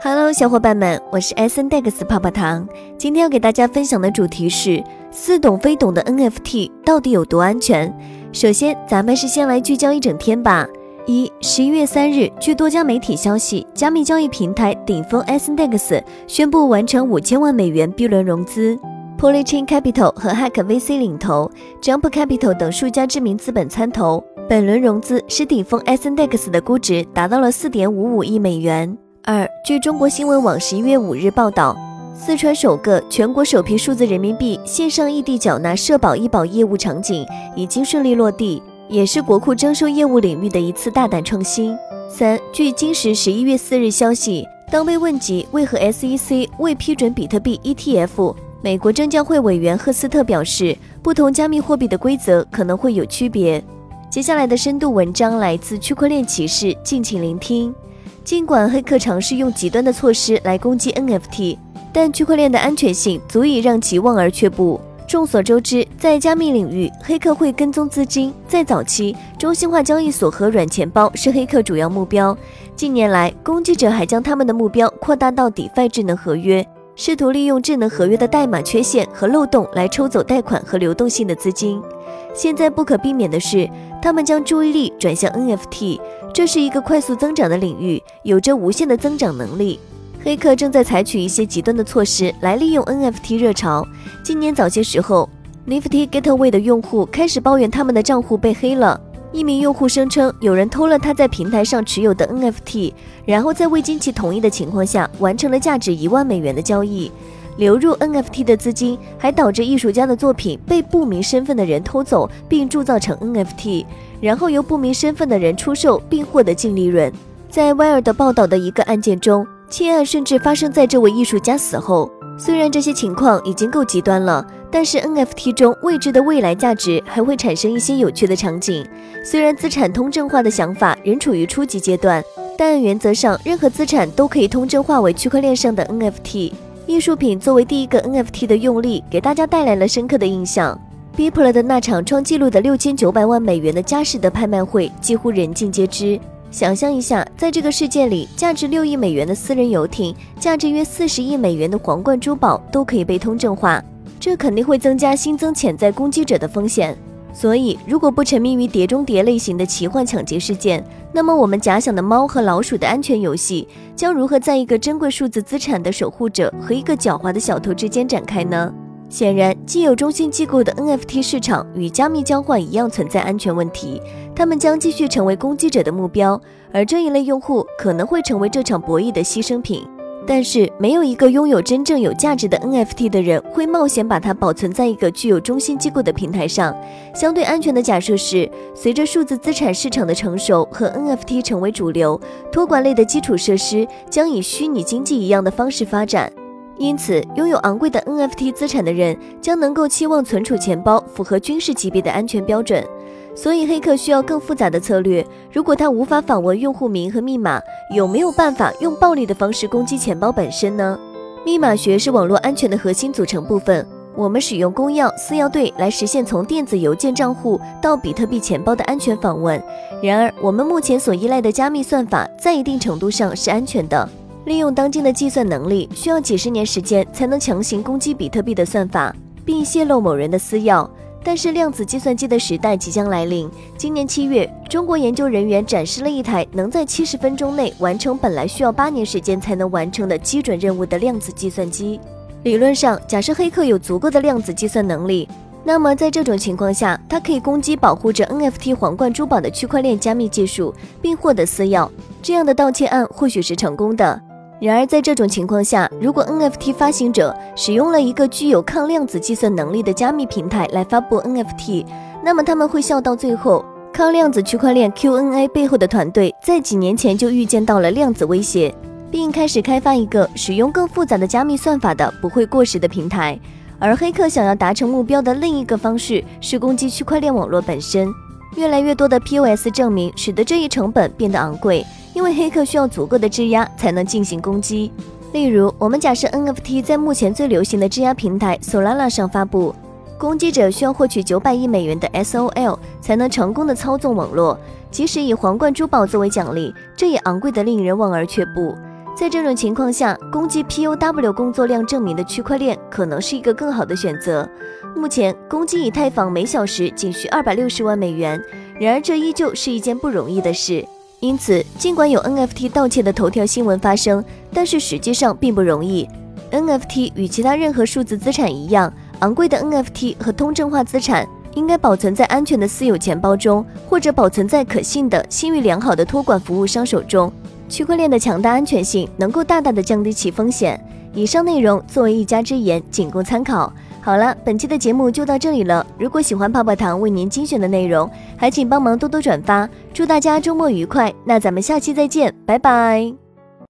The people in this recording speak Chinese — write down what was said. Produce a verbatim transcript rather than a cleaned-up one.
Hello， 小伙伴们，我是 S N D E X 泡泡糖。今天要给大家分享的主题是似懂非懂的 N F T 到底有多安全？首先，咱们是先来聚焦一整天吧。一、十一月三日，据多家媒体消息，加密交易平台顶峰 S N D E X 宣布完成五千万美元 B 轮融资。Polychain Capital 和 Hack V C 领投 ，Jump Capital 等数家知名资本参投。本轮融资使顶峰 S N D E X 的估值达到了 四点五五亿美元。二、据中国新闻网十一月五日报道，四川首个全国首批数字人民币线上异地缴纳社保医保业务场景已经顺利落地，也是国库征收业务领域的一次大胆创新。三、据今时十一月四日消息，当被问及为何 S E C 未批准比特币 E T F， 美国证监会委员赫斯特表示，不同加密货币的规则可能会有区别。接下来的深度文章来自区块链骑士，敬请聆听。尽管黑客尝试用极端的措施来攻击 N F T， 但区块链的安全性足以让其望而却步。众所周知，在加密领域，黑客会跟踪资金。在早期，中心化交易所和软钱包是黑客主要目标。近年来，攻击者还将他们的目标扩大到 DeFi 智能合约，试图利用智能合约的代码缺陷和漏洞来抽走贷款和流动性的资金。现在不可避免的是，他们将注意力转向 N F T， 这是一个快速增长的领域，有着无限的增长能力。黑客正在采取一些极端的措施来利用 N F T 热潮。今年早些时候 ，Nifty Gateway 的用户开始抱怨他们的账户被黑了。一名用户声称，有人偷了他在平台上持有的 N F T， 然后在未经其同意的情况下，完成了价值一万美元的交易。流入 N F T 的资金还导致艺术家的作品被不明身份的人偷走，并铸造成 N F T， 然后由不明身份的人出售并获得净利润。在 Wired 报道的一个案件中，窃案甚至发生在这位艺术家死后。虽然这些情况已经够极端了，但是 N F T 中未知的未来价值还会产生一些有趣的场景。虽然资产通证化的想法仍处于初级阶段，但原则上任何资产都可以通证化为区块链上的 N F T。艺术品作为第一个 N F T 的用力，给大家带来了深刻的印象。Beeple 的那场创纪录的六千九百万美元的佳士得拍卖会，几乎人尽皆知。想象一下，在这个世界里，价值六亿美元的私人游艇，价值约四十亿美元的皇冠珠宝都可以被通证化，这肯定会增加新增潜在攻击者的风险。所以，如果不沉迷于碟中谍类型的奇幻抢劫事件，那么我们假想的猫和老鼠的安全游戏，将如何在一个珍贵数字资产的守护者和一个狡猾的小偷之间展开呢？显然，既有中心机构的 N F T 市场与加密交换一样存在安全问题，他们将继续成为攻击者的目标，而这一类用户可能会成为这场博弈的牺牲品。但是，没有一个拥有真正有价值的 N F T 的人会冒险把它保存在一个具有中心机构的平台上。相对安全的假设是，随着数字资产市场的成熟和 N F T 成为主流，托管类的基础设施将以虚拟经济一样的方式发展。因此，拥有昂贵的 N F T 资产的人将能够期望存储钱包符合军事级别的安全标准。所以黑客需要更复杂的策略，如果他无法访问用户名和密码，有没有办法用暴力的方式攻击钱包本身呢？密码学是网络安全的核心组成部分，我们使用公钥、私钥对来实现从电子邮件账户到比特币钱包的安全访问。然而，我们目前所依赖的加密算法在一定程度上是安全的。利用当今的计算能力，需要几十年时间才能强行攻击比特币的算法，并泄露某人的私钥。但是量子计算机的时代即将来临。今年七月，中国研究人员展示了一台能在七十分钟内完成本来需要八年时间才能完成的基准任务的量子计算机。理论上，假设黑客有足够的量子计算能力，那么在这种情况下，他可以攻击保护着 N F T 皇冠珠宝的区块链加密技术，并获得私钥。这样的盗窃案或许是成功的。然而，在这种情况下，如果 N F T 发行者使用了一个具有抗量子计算能力的加密平台来发布 N F T， 那么他们会笑到最后。抗量子区块链 Q N A 背后的团队在几年前就预见到了量子威胁，并开始开发一个使用更复杂的加密算法的不会过时的平台。而黑客想要达成目标的另一个方式是攻击区块链网络本身。越来越多的 P O S 证明使得这一成本变得昂贵，因为黑客需要足够的质押才能进行攻击。例如，我们假设 N F T 在目前最流行的质押平台 Solana 上发布，攻击者需要获取九百亿美元的 S O L 才能成功的操纵网络，即使以皇冠珠宝作为奖励，这也昂贵的令人望而却步。 在这种情况下，攻击 P O W 工作量证明的区块链可能是一个更好的选择。目前，攻击以太坊每小时仅需二百六十万美元，然而这依旧是一件不容易的事。因此，尽管有 N F T 盗窃的头条新闻发生，但是实际上并不容易。N F T 与其他任何数字资产一样，昂贵的 N F T 和通证化资产应该保存在安全的私有钱包中，或者保存在可信的、信誉良好的托管服务商手中。区块链的强大安全性能够大大的降低其风险。以上内容作为一家之言，仅供参考。好了，本期的节目就到这里了。如果喜欢泡泡糖为您精选的内容，还请帮忙多多转发。祝大家周末愉快，那咱们下期再见，拜拜。